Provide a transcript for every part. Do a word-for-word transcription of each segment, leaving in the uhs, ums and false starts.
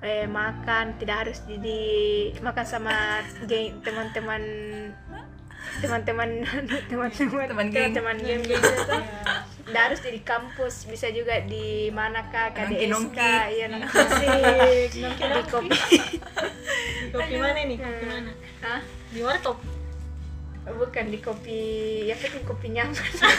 eh, makan tidak harus di, di makan sama geng teman-teman teman-teman teman-teman Teman geng. teman-teman geng gitu tuh. Tidak harus di kampus, bisa juga di manakah K D S K ya nongki di kopi. Di kopi mana nih? Kopi mana? Hah? Di warkop. Bukan di kopi, ya penting kopi nyaman.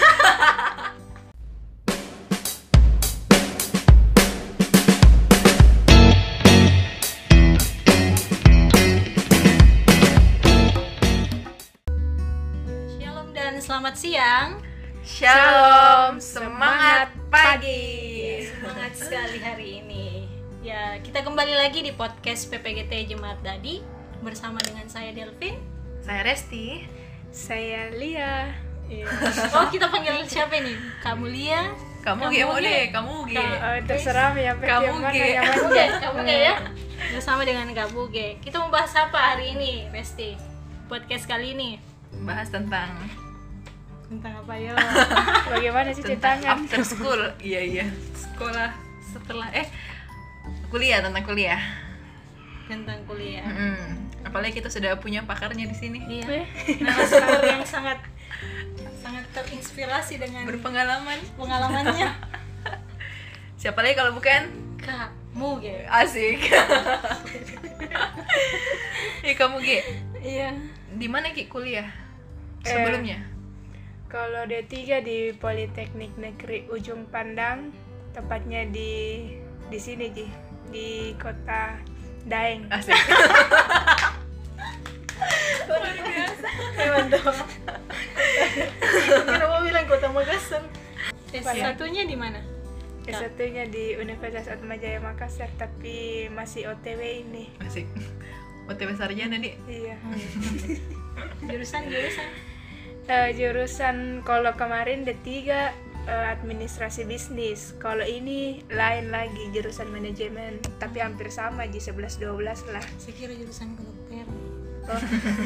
Shalom dan selamat siang. Shalom, semangat pagi. Semangat sekali hari ini. Ya, kita kembali lagi di podcast P P G T Jemaat Dadi bersama dengan saya Delvin. Saya Resti. Saya Lia. Iya. Oh, kita panggil siapa nih? Kamu Lia? Kamu G mau deh, kamu G. Oh, terserah ya, Kamu mana G. yang Kamu mana. G, kamu G ya. Bersama dengan Kak Buge. Kita mau bahas apa hari ini, Resti? Podcast kali ini Bahas tentang tentang apa ya? Bagaimana sih tentang tangan? after school. Iya iya. Sekolah setelah eh kuliah tentang kuliah. Tentang kuliah. Mm-mm. Apalagi kita sudah punya pakarnya di sini. Iya. Narasumber yang sangat sangat terinspirasi dengan Berpengalaman. pengalamannya. Siapa lagi kalau bukan Kamu G. asik. Ya kamu G. Iya. Di mana Ki kuliah? Eh. Sebelumnya? Kalau D tiga di Politeknik Negeri Ujung Pandang, tepatnya di di sini Ji, di kota Daeng. Asik. Hewan dong. Kenapa bilang kota Makassar? S satunya di mana? S satunya di Universitas Atmajaya Makassar, tapi masih O T W ini. Asik. O T W sarjana nih. Iya. Jurusan jurusan. Eh, jurusan kalau kemarin D tiga eh, administrasi bisnis. Kalau ini lain lagi jurusan manajemen, tapi hampir sama di sebelas dua belas lah. Saya kira jurusan kedokteran. Oh.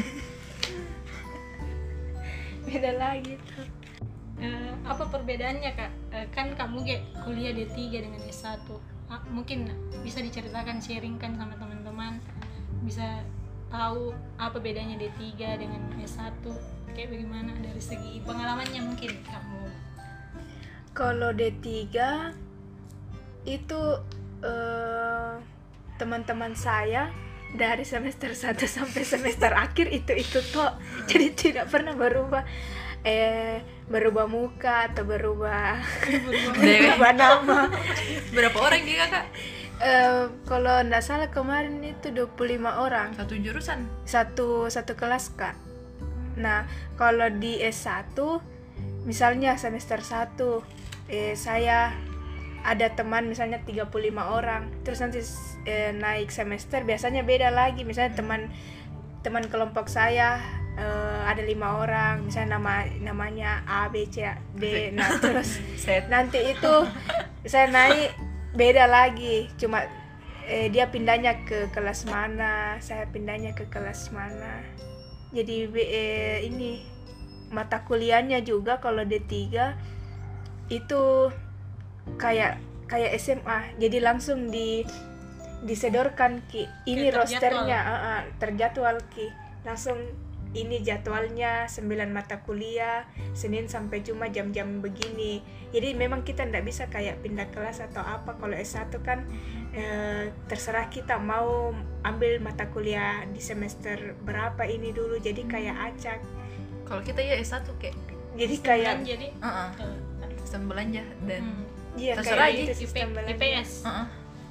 Beda lagi tuh. Eh, apa perbedaannya Kak? Eh, kan kamu G kuliah D tiga dengan S satu. Ah, mungkin bisa diceritakan, sharingkan sama teman-teman, bisa tahu apa bedanya D tiga dengan S satu, kayak bagaimana dari segi pengalamannya mungkin kamu. Kalau D tiga itu eh, teman-teman saya dari semester satu sampai semester akhir itu-itu tuh. Jadi tidak pernah berubah eh berubah muka atau berubah berubah nama. Berapa orang Ki kakak? Eh, kalau nggak salah kemarin itu dua puluh lima orang. Satu jurusan? Satu satu kelas Kak. Nah, kalau di S satu misalnya semester satu eh, saya ada teman misalnya tiga puluh lima orang. Terus nanti eh, naik semester biasanya beda lagi. Misalnya teman teman kelompok saya eh, ada lima orang, misalnya nama namanya A B C D. Nah, terus Set. nanti itu saya naik beda lagi, cuma eh, dia pindahnya ke kelas mana, saya pindahnya ke kelas mana. Jadi be- eh, ini mata kuliahnya juga kalau D tiga itu kayak kayak S M A, jadi langsung di disedorkan Ki, ini Kayak rosternya uh, uh, terjadwal Ki, langsung ini jadwalnya sembilan mata kuliah Senin sampai Jumat jam-jam begini. Jadi memang kita tidak bisa kayak pindah kelas atau apa. Kalau S satu kan eh, terserah kita mau ambil mata kuliah di semester berapa ini dulu, jadi kayak acak. Kalau kita ya S satu kayak Jadi Sistem kayak belanja, jadi uh-uh. eh, sistem belanja dan hmm. iya terserah kayak aja, gitu I P, sistem I P belanja. S. uh-uh.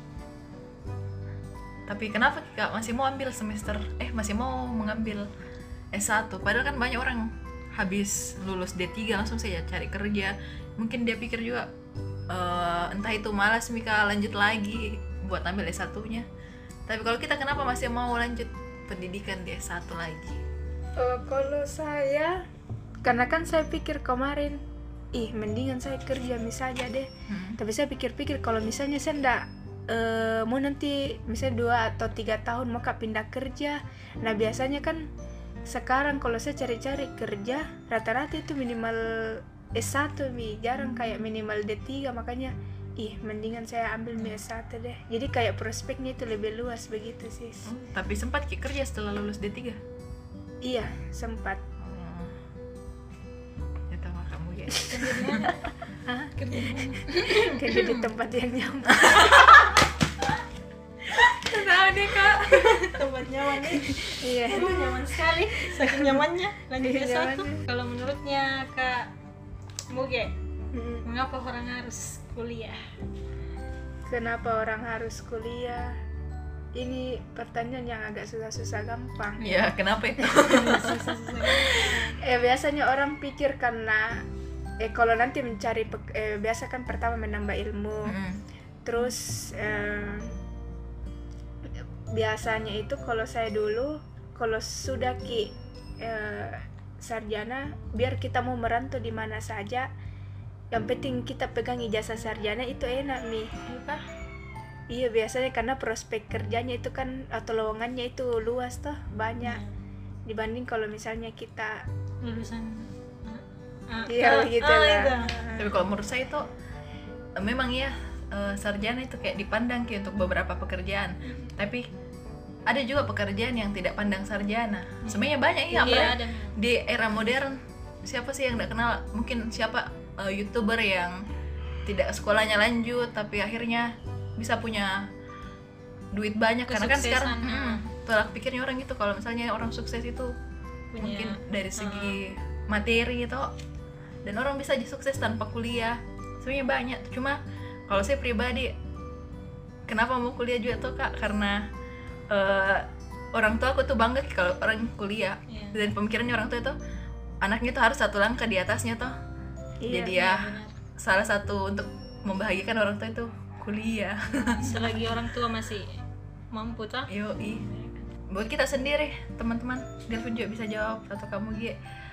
Tapi kenapa Kak masih mau ambil semester eh masih mau mengambil S satu? Padahal kan banyak orang habis lulus D tiga langsung saja cari kerja. Mungkin dia pikir juga uh, entah itu malas Mika lanjut lagi buat ambil S satunya. Tapi kalau kita kenapa masih mau lanjut pendidikan di S satu lagi? Oh, kalau saya karena kan saya pikir kemarin ih mendingan saya kerja misalnya deh. Hmm. Tapi saya pikir-pikir kalau misalnya saya ndak eh, mau nanti misalnya dua atau tiga tahun mau kak pindah kerja. Nah biasanya kan sekarang kalau saya cari-cari kerja rata-rata itu minimal S satu mi, jarang kayak minimal D tiga. Makanya ih mendingan saya ambil Mi S satu deh, jadi kayak prospeknya itu lebih luas begitu sih. Oh, tapi sempat Ki kerja setelah lulus D tiga? Iya sempat. Oh. Ya tahu kamu ya. Kerja di mana? Hah? Kerja di mana? Kerja di tempat yang nyaman. Tahu deh Kak. Tempat nyaman nih. Iya. Aduh, nyaman sekali. Saking nyamannya. Lanjut Iya, S satu. nyamannya. Kalau menurutnya Kak Muge, Mm. mengapa orang harus kuliah? Kenapa orang harus kuliah? Ini pertanyaan yang agak susah-susah gampang. Ya kenapa itu? Susah-susah. Eh biasanya orang pikir karena eh kalau nanti mencari pe- eh, biasa kan pertama menambah ilmu, Mm. terus eh, biasanya itu kalau saya dulu kalau sudah ki eh, sarjana, biar kita mau merantau di mana saja, yang penting kita pegang ijazah sarjana itu enak nih. Apa? Iya biasanya karena prospek kerjanya itu kan atau lowongannya itu luas toh, banyak dibanding kalau misalnya kita Lulusan ah, iya ah, begitu ah, lah. itu. Tapi kalau menurut saya itu eh, memang ya eh, sarjana itu kayak dipandang kayak untuk beberapa pekerjaan. Tapi ada juga pekerjaan yang tidak pandang sarjana. Sebenarnya banyak ya, Iya, apalagi ada. di era modern. Siapa sih yang tidak kenal? Mungkin siapa eh, YouTuber yang tidak sekolahnya lanjut tapi akhirnya bisa punya duit banyak karena kan sekarang Kesuksesan, mm, pola pikirnya orang gitu kalau misalnya orang sukses itu Punya, mungkin dari segi materi gitu, dan orang bisa aja sukses tanpa kuliah. Sebenarnya banyak, cuma kalau saya pribadi kenapa mau kuliah juga tuh Kak, karena eh, orang tua aku tuh bangga kalau orang kuliah. Iya. Dan pemikirannya orang tua itu anaknya tuh harus satu langkah di atasnya tuh. Iya, Jadi Iya, ya benar. salah satu untuk membahagiakan orang tua itu kuliah. Selagi orang tua masih mampu toh. Yoi. Buat kita sendiri teman-teman, Delvin juga bisa jawab atau kamu Gie.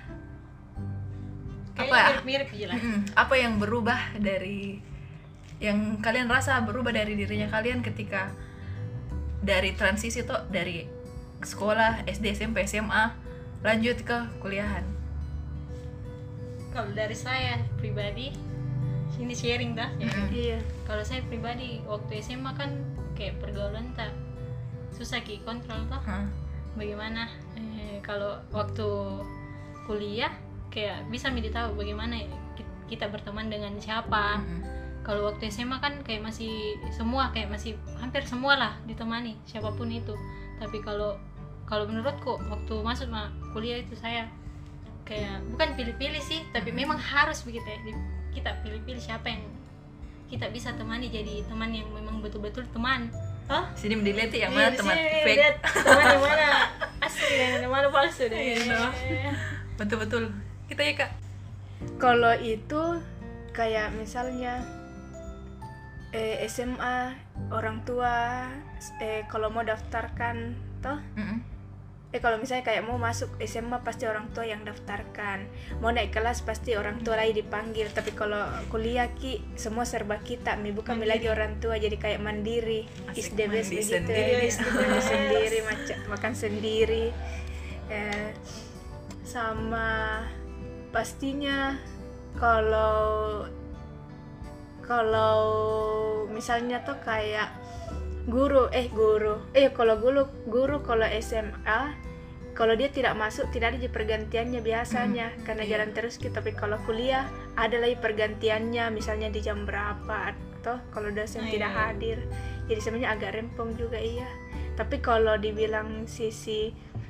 Apa Kayaknya ya? mirip-mirip aja lah. Mm-mm. Apa yang berubah dari yang kalian rasa berubah dari dirinya kalian ketika dari transisi tuh dari sekolah S D, S M P, S M A lanjut ke kuliahan? Kalau dari saya pribadi, sini sharing dah. Ya. Mm-mm. iya Kalau saya pribadi waktu S M A kan kayak pergaulan tak susah ki kontrol toh. Hah? Bagaimana eh, kalau waktu kuliah kayak bisa mi tahu bagaimana ya ki- kita berteman dengan siapa. Mm-mm. Kalau waktu S M A kan kayak masih semua kayak masih hampir semua lah ditemani siapapun itu. Tapi kalau kalau menurutku waktu masuk ma kuliah itu saya kayak bukan pilih-pilih sih, tapi memang harus begitu ya. Di- Kita pilih-pilih siapa yang kita bisa temani jadi teman yang memang betul-betul teman. Oh, Sini dilihat yang iya, mana di teman sini fake. lihat teman yang mana asli dan yang mana palsu deh. Iya, no. Betul-betul. Kita ya Kak. kalau itu kayak misalnya eh, S M A orang tua eh, kalau mau daftarkan toh Mm-mm. eh kalau misalnya kayak mau masuk S M A pasti orang tua yang daftarkan, mau naik kelas pasti orang tua lagi dipanggil. Tapi kalau kuliah ki semua serba kita, mi bukan mi lagi orang tua, jadi kayak mandiri. Asik, Is the best mandi begitu sendiri. ya. Mandi sendiri, maca- makan sendiri. Eh, sama pastinya kalau kalau misalnya tuh kayak guru eh guru eh kalau guru guru kalau S M A kalau dia tidak masuk tidak ada di pergantiannya biasanya karena iya. jalan terus gitu. Tapi kalau kuliah ada lagi pergantiannya, misalnya di jam berapa atau kalau dosen Ah, tidak iya. hadir, jadi sebenarnya agak rempong juga iya. Tapi kalau dibilang sisi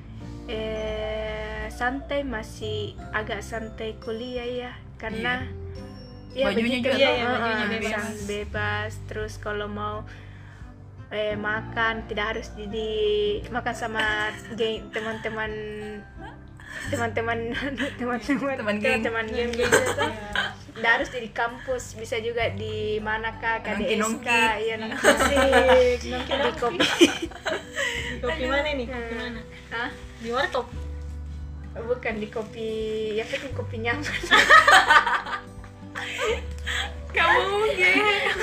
eh santai, masih agak santai kuliah ya karena ya Bajunya begitu, juga Iya, tuh, iya, bajunya uh-uh, bebas. sangat bebas. Terus kalau mau eh, makan tidak harus di, di- makan sama geng teman-teman teman-teman teman-teman Teman geng. teman geng gitu tuh. Tidak harus di kampus, bisa juga di manakah K D S K Nongki-nongki. ya nongki di kopi Di kopi mana nih? Kopi mana? Hah? Di warkop. Bukan di kopi ya penting kopi nyaman. Kamu mungkin.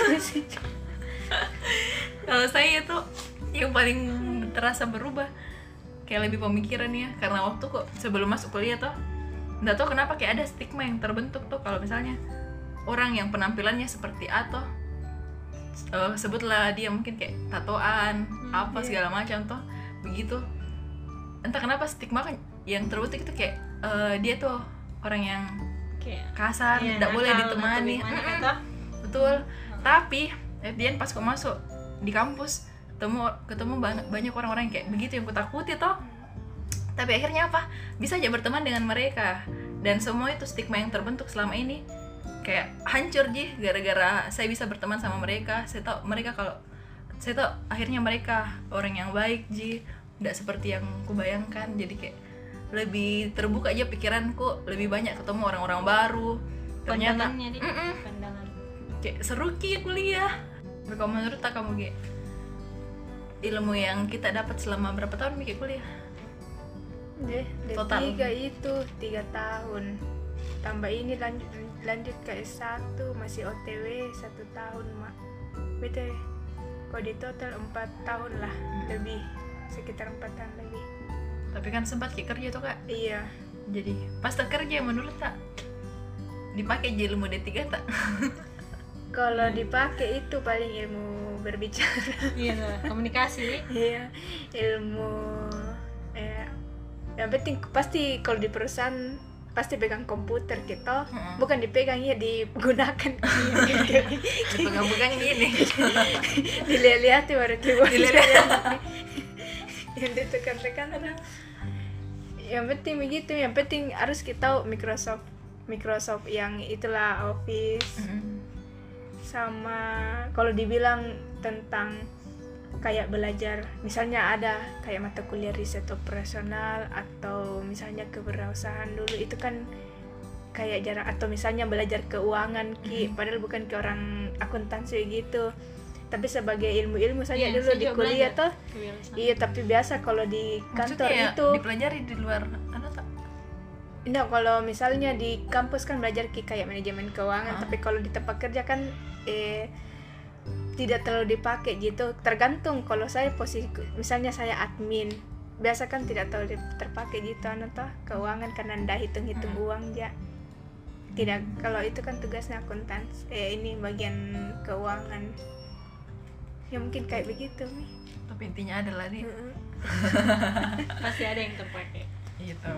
Kalau saya itu yang paling terasa berubah kayak lebih pemikiran ya, karena waktu kok sebelum masuk kuliah tuh nggak tahu kenapa kayak ada stigma yang terbentuk tuh kalau misalnya orang yang penampilannya seperti A tuh uh, sebutlah dia mungkin kayak tatoan Hmm, apa iya. segala macam toh begitu. Entah kenapa stigma kan yang terbentuk itu kayak uh, dia tuh orang yang kayak kasar, iya, tidak boleh nakal ditemani. atau gimana Mm-mm. kata. Betul. Tapi at the end pas kau masuk di kampus ketemu ketemu banyak, banyak orang-orang yang kayak begitu yang kutakuti toh. Tapi akhirnya apa? Bisa aja berteman dengan mereka. Dan semua itu stigma yang terbentuk selama ini kayak hancur Ji gara-gara saya bisa berteman sama mereka. Saya tahu mereka kalau saya tahu akhirnya mereka orang yang baik Ji, tidak seperti yang kubayangkan. Jadi kayak lebih terbuka aja pikiranku, lebih banyak ketemu orang-orang baru. Ternyata Pandangannya nih, Mm-mm. pandangan. kayak seru Ki kuliah. Tapi kalau menurut tak kamu Ki, ilmu yang kita dapat selama berapa tahun Mi Ki kuliah? Deh, D Total. tiga itu tiga tahun. Tambah ini lanjut lanjut ke S satu masih O T W satu tahun, Mak. Bete. Kalau di total empat tahun lah lebih, sekitar empat tahun lebih. Tapi kan sempat Ki kerja tuh Kak. Iya. Jadi pas tak kerja menurut tak dipakai aja ilmu D tiga tak? Kalau dipakai itu paling ilmu berbicara. Iya tuh, komunikasi. Iya, ilmu eh, yang penting pasti kalau di perusahaan pasti pegang komputer gitu, Mm-mm. bukan dipegang ya digunakan. Dipegang-pegang gini. Dilihat-lihat baru keyboard. Dilihat-lihat. Yang ditekan-tekan. Yang penting begitu, yang penting harus kita tahu Microsoft Microsoft yang itulah Office. Mm-mm. Sama kalau dibilang tentang kayak belajar, misalnya ada kayak mata kuliah riset operasional atau misalnya kewirausahaan dulu, itu kan kayak jarang. Atau misalnya belajar keuangan Ki, padahal bukan ke orang akuntansi gitu, tapi sebagai ilmu-ilmu saja Iya, dulu saya di juga kuliah belajar. tuh. Kebiasaan. Iya, tapi biasa kalau di kantor Maksudnya itu dipelajari di luar anu tak? nah, kalau misalnya di kampus kan belajar Ki kayak manajemen keuangan, Ah. tapi kalau di tempat kerja kan eh tidak terlalu dipakai gitu. Tergantung, kalau saya posisi misalnya saya admin, biasa kan tidak terlalu di- terpakai gitu anu toh keuangan karena ndak hitung-hitung Hmm. uang ya. Tidak, kalau itu kan tugasnya akuntansi, eh ini bagian keuangan. Ya mungkin kayak begitu nih. Tapi intinya adalah nih Pasti ada yang terpakai. gitu.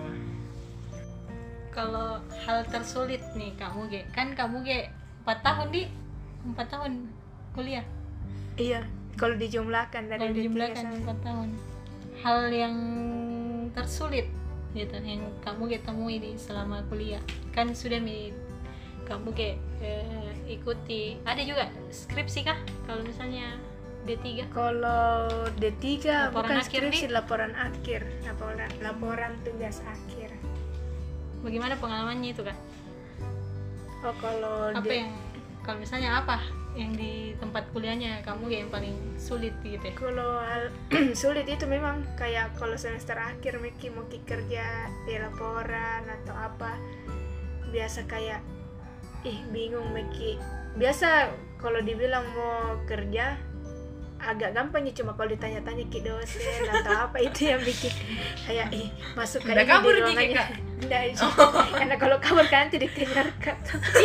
Kalau hal tersulit nih kamu ge, kan kamu ge empat tahun di empat tahun kuliah. Iya, kalau dijumlahkan dari Kalau D tiga dijumlahkan sampai- empat tahun. Hal yang tersulit gitu yang kamu ge temui di selama kuliah. Kan sudah mi kamu ge eh, ikuti. Ada juga skripsi kah? Kalau misalnya D tiga. Kalau D tiga Laporan bukan akhir skripsi, nih. laporan akhir, laporan laporan tugas akhir. Bagaimana pengalamannya itu kak? Oh, kalau Apa di- yang kalau misalnya apa yang di tempat kuliahnya kamu yang paling sulit gitu ya? kalau hal sulit itu memang kayak kalau semester akhir Miki mau ki kerja di laporan atau apa, biasa kayak ih bingung Miki. Biasa kalau dibilang mau kerja agak gampang ya, cuma kalau ditanya-tanya ki dosen atau apa itu yang bikin kayak ih masuk Udah kayak kabur di Ji, ruangannya. Kak? Nggak, Ji. Karena kalau kabur kan nanti dikejar Kak.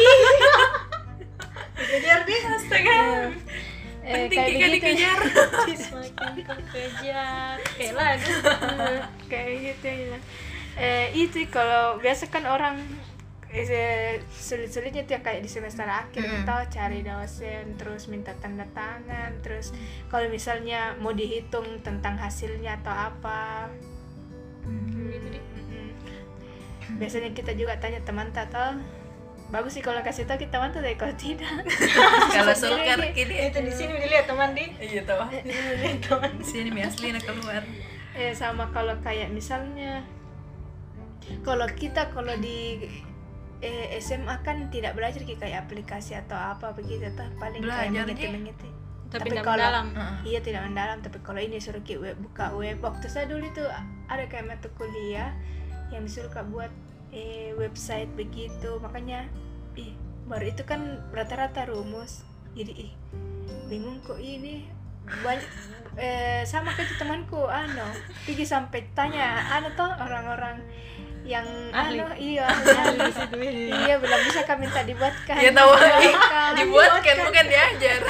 Dikejar nih, astaga. Eh, Penting kayak Kika begitu. dikejar. Semakin kekejar, kayak lagu. Kayak gitu ya. Eh, itu kalau biasa kan orang eh, sulit-sulitnya tuh yang kayak di semester akhir Mm. kita cari dosen, terus minta tanda tangan, terus kalau misalnya mau dihitung tentang hasilnya atau apa. Gitu deh. Mm-mm. Biasanya kita juga tanya teman tato, bagus sih kalau kasih tahu kita mantap deh, kalau tidak Kalau sulker kini. Itu di sini dilihat teman di. Iya tahu. Teman. Di sini mi asli nak keluar. eh sama kalau kayak misalnya kalau kita kalau di eh, S M A kan tidak belajar ki kayak aplikasi atau apa begitu tuh, paling kayak Belajar, mengerti Ji. mengerti. Tapi Tapi tidak kalau- mendalam. Heeh. Iya tidak mendalam, tapi kalau ini suruh ki web, buka web. Waktu saya dulu itu ada kayak mata kuliah yang disuruh kak buat eh, website begitu, makanya ih baru itu kan rata-rata rumus, jadi ih bingung kok ini banyak eh, sama kayak temanku ano pergi sampai tanya ano toh orang-orang yang Ahli. anu iya Ahli di situ ini. iya belum bisa kami minta dibuatkan. Ya tahu Dibuatkan. dibuatkan bukan diajar.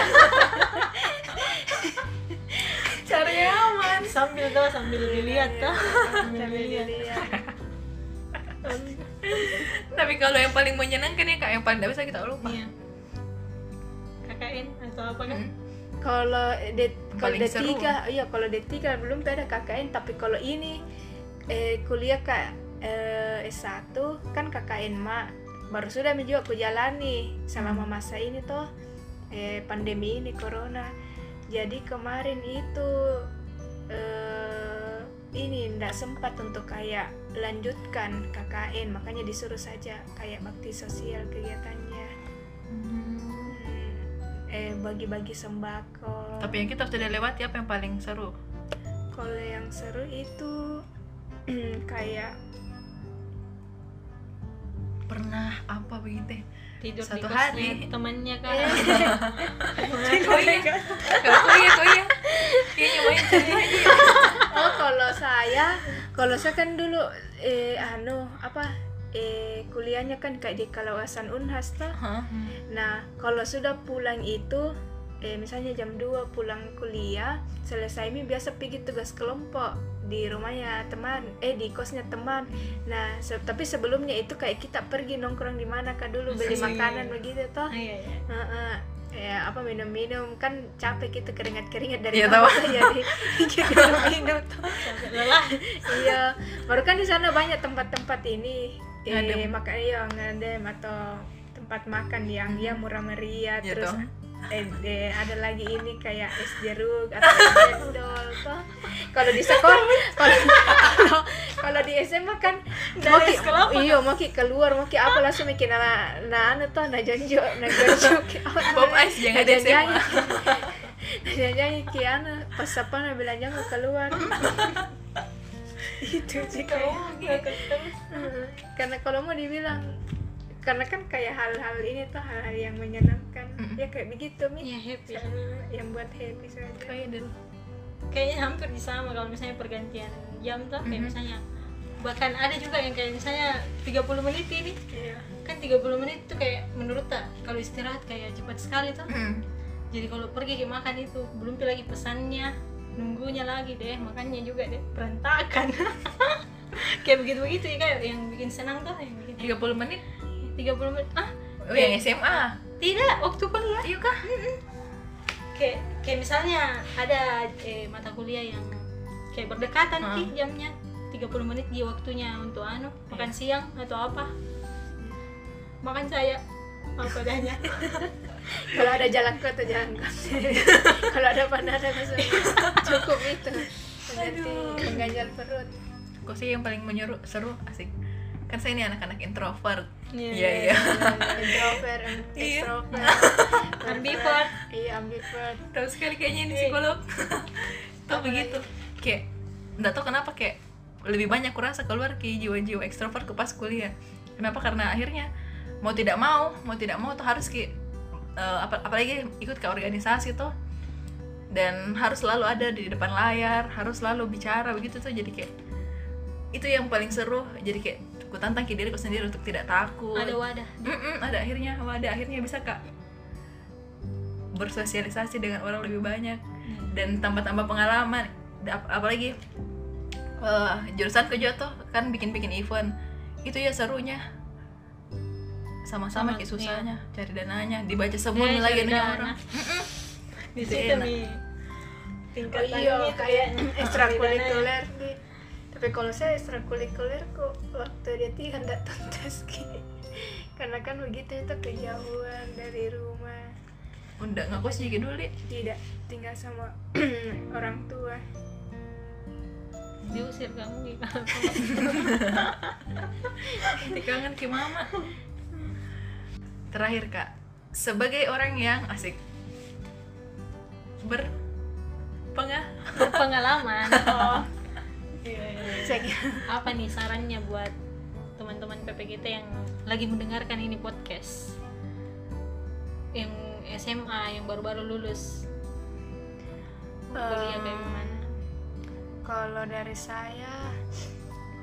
Caranya aman. Sambil tuh sambil dilihat tuh. Sambil Sambil dilihat. dilihat. Tapi kalau yang paling menyenangkan ya kak, yang paling tidak bisa kita lupa. Iya. K K N atau apa kan? Hmm. Kalau D kalau Paling D seru. tiga iya kalau D tiga belum ada K K N, tapi kalau ini eh, kuliah kak eh, S satu kan K K N mak baru sudah mi juga aku jalani selama masa ini toh eh, pandemi ini corona. Jadi kemarin itu eh, ini ndak sempat untuk kayak lanjutkan K K N, makanya disuruh saja kayak bakti sosial kegiatannya. Hmm, eh bagi-bagi sembako. Tapi yang kita sudah lewati apa yang paling seru? Kalau yang seru itu kayak Pernah apa begitu? Tidur Satu di hari. kosnya temannya kan. Kau iya, kau iya, kau iya. Kayaknya main cerita aja. oh kalau saya kalau saya kan dulu eh anu apa eh kuliahnya kan kayak di kawasan Unhas toh. Hah? Nah kalau sudah pulang itu eh misalnya jam dua pulang kuliah selesai mi biasa pergi tugas kelompok di rumahnya teman eh di kosnya teman. Nah se- tapi sebelumnya itu kayak kita pergi nongkrong di mana kah dulu beli Asik. makanan begitu toh. Ah, iya, iya. Heeh. Ya apa minum-minum kan capek kita keringat-keringat dari Iya, bawah tahu. jadi kita minum tuh. Sampai lelah. Iya, baru kan di sana banyak tempat-tempat ini eh, Ngadem. makan iya ngadem atau tempat makan yang ya murah meriah Ya, terus toh. eh, eh, ada lagi ini kayak es jeruk atau es cendol toh. Kalau di sekolah kalau kalau kalau di S M A kan mau Dari ki- sekolah apa? iya mau ki keluar mau ki apa langsung mikir na na anu toh na jonjo na jonjo ki apa Pop namanya? ice jangan Na di S M A. janji. Na janji ki anu pas apa na bilang jangan keluar itu sih kayak Hmm, karena kalau mau dibilang karena kan kayak hal-hal ini tuh hal-hal yang menyenangkan Mm-mm. ya kayak begitu mi Iya, happy. yang buat happy saja. Kayak dan Kayaknya hampir di sama kalau misalnya pergantian jam tuh kayak Mhm. misalnya bahkan ada juga yang kayak misalnya tiga puluh menit ini Iya. kan tiga puluh menit tuh kayak menurut tak kalau istirahat kayak cepat sekali tuh. Hmm. Jadi kalau pergi ke makan itu belum lagi pesannya nunggunya lagi deh makannya juga deh berantakan. Kayak begitu-begitu ya kayak yang bikin senang tuh yang bikin tiga puluh menit. tiga puluh menit ah Oh, yang S M A. tidak waktu kuliah Iya kah? kayak kayak misalnya ada eh, mata kuliah yang kayak berdekatan Ah. ki jamnya tiga puluh menit di waktunya untuk anu makan siang atau apa makan saya apa adanya. Kalau ada jalan ke atau jalan kaki. Kalau ada panada bisa cukup itu. Nanti mengganjal perut. Kok sih yang paling menyeru seru asik. Kan saya ini anak-anak introvert. Iya, Iya iya. Introvert, Iya. extrovert, Ambivert. Iya ambivert. Tahu sekali kayaknya ini psikolog. Tuh begitu. Kayak enggak tahu kenapa kayak lebih banyak kurasa keluar ke jiwa-jiwa ekstrovert ke pas kuliah. Kenapa? Karena akhirnya mau tidak mau, mau tidak mau tuh harus ke uh, ap- apalagi ikut ke organisasi tuh. Dan harus selalu ada di depan layar, harus selalu bicara begitu tuh jadi kayak itu yang paling seru. Jadi kayak ku tantang ke diriku sendiri untuk tidak takut. Ada wadah. Mm-mm, ada akhirnya, ada akhirnya bisa kak bersosialisasi dengan orang lebih banyak dan tambah-tambah pengalaman. Ap- apalagi uh, jurusan juga tuh kan bikin-bikin event itu ya serunya sama-sama Sama, kayak susahnya cari dananya dibaca semua Iya, lagi cari anunya dana. orang. Di Itu situ enak. nih Oh tingkatannya iya itu kayak ya. ekstrakurikuler Ki. Tapi kalau saya ekstrakurikuler kok waktu dia tiga nggak tuntas Ki. Karena kan begitu itu kejauhan dari rumah. Udah nggak kos juga dulu Li. Tidak tinggal sama orang tua. Diusir kamu gitu. Nanti kangen ke mama. Terakhir kak, sebagai orang yang asik berpengah Berpengalaman. Oh, Iya, iya, iya. saya kira- Apa nih sarannya buat teman-teman P P kita yang lagi mendengarkan ini podcast? Yang S M A yang baru-baru lulus. Kuliah kayak Em, gimana? Kalau dari saya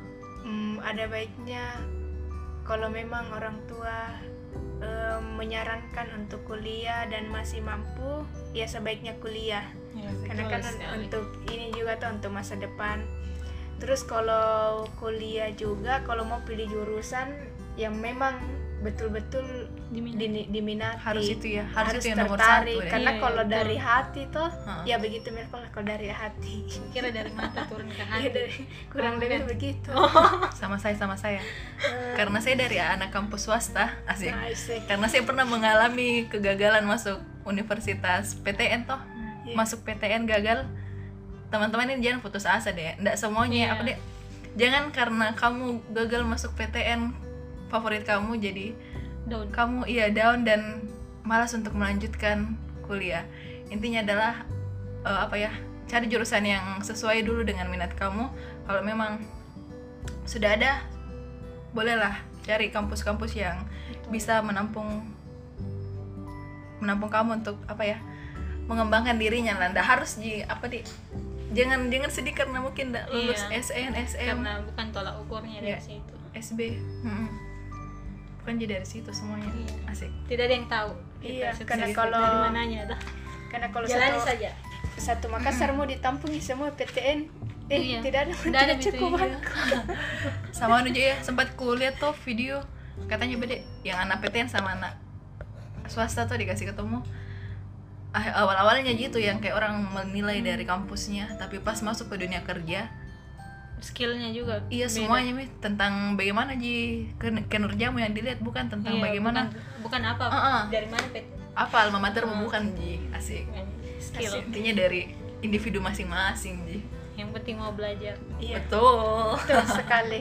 Hmm, ada baiknya kalau memang orang tua eh, menyarankan untuk kuliah dan masih mampu, ya sebaiknya kuliah. Ya, Karena kan betul sekali. untuk ini juga tuh untuk masa depan. Terus kalau kuliah juga, kalau mau pilih jurusan yang memang betul-betul Diminati. dini- diminati, Harus itu ya, harus itu yang nomor tertarik. satu ya. Karena Iya, kalau betul. dari hati tuh, Ha. ya begitu Mirko lah kalau dari hati. Kira dari mata turun ke Ya, hati. dari, kurang Oh, lebih kan. begitu. Sama saya sama saya. Karena saya dari anak kampus swasta, asik. Asik. Karena saya pernah mengalami kegagalan masuk universitas P T N toh. Iya. Masuk P T N gagal. Teman-teman ini jangan putus asa deh. Nggak semuanya Iya. apa deh. Jangan karena kamu gagal masuk P T N favorit kamu jadi Daun. kamu iya down dan malas untuk melanjutkan kuliah. Intinya adalah eh, apa ya, cari jurusan yang sesuai dulu dengan minat kamu. Kalau memang sudah ada, bolehlah cari kampus-kampus yang bisa menampung menampung kamu untuk apa ya, mengembangkan dirinya lah. Nggak harus di apa di jangan jangan sedih karena mungkin nggak lulus Iya. S N S M Karena bukan tolak ukurnya dari Iya. situ. S B. Mm-mm. Bukan jadi dari situ semuanya. Iya. Asik. Tidak ada yang tahu. Iya, sukses karena dari kalau- mananya dah. Karena kalau Jalani satu, saja. satu Makassar mau ditampungi semua P T N, eh Iya. tidak ada, Tidak ada tidak cukup. P T N, iya. Sama anu juga ya, sempat kulihat tuh video katanya beda yang anak P T N sama anak swasta tuh dikasih ketemu. Ah, awal-awalnya gitu yang kayak orang menilai dari kampusnya, tapi pas masuk ke dunia kerja, Skillnya juga. iya beda. semuanya Mi, tentang bagaimana ji kin- kinerjamu yang dilihat, bukan tentang Iya, bagaimana bukan, bukan apa Uh-uh. dari mana P T apa alma matermu, bukan ji. Asik. skill. Asik. Intinya dari individu masing-masing ji. Yang penting mau belajar. Iya, Betul. betul sekali.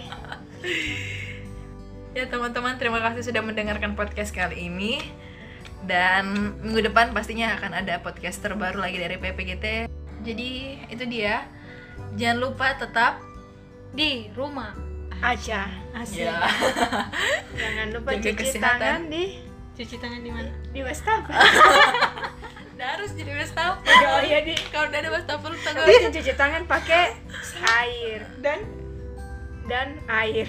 Ya teman-teman, terima kasih sudah mendengarkan podcast kali ini. Dan minggu depan pastinya akan ada podcast terbaru lagi dari P P G T. Jadi itu dia. Jangan lupa tetap Di rumah. Aja, asik. ya. Jangan lupa Jaga cuci kesehatan. tangan di Cuci tangan di mana? di wastafel. Udah harus jadi wastafel. Oh iya di. Kalau udah ada wastafel tanggal Terus cuci tangan pakai air dan dan air.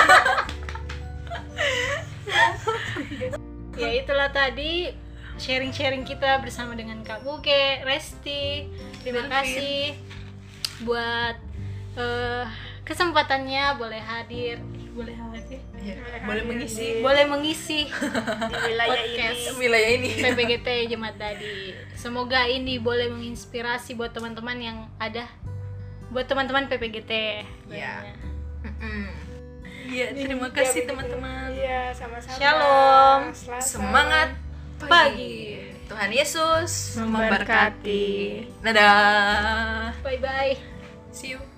Ya itulah tadi sharing-sharing kita bersama dengan Kak Buke, Resti. Terima Delvin. kasih buat eh, kesempatannya boleh hadir, boleh hadir, ya, boleh mengisi boleh mengisi Di wilayah Podcast. ini. wilayah ini. P P G T Jemaat Dadi. Semoga ini boleh menginspirasi buat teman-teman yang ada, buat teman-teman P P G T. Ya. Banyak. Mm-mm. Iya, terima kasih teman-teman. Iya, sama-sama. Shalom. Selamat Semangat Pagi. pagi. Tuhan Yesus Memberkati. memberkati. Dadah. Bye bye. See you.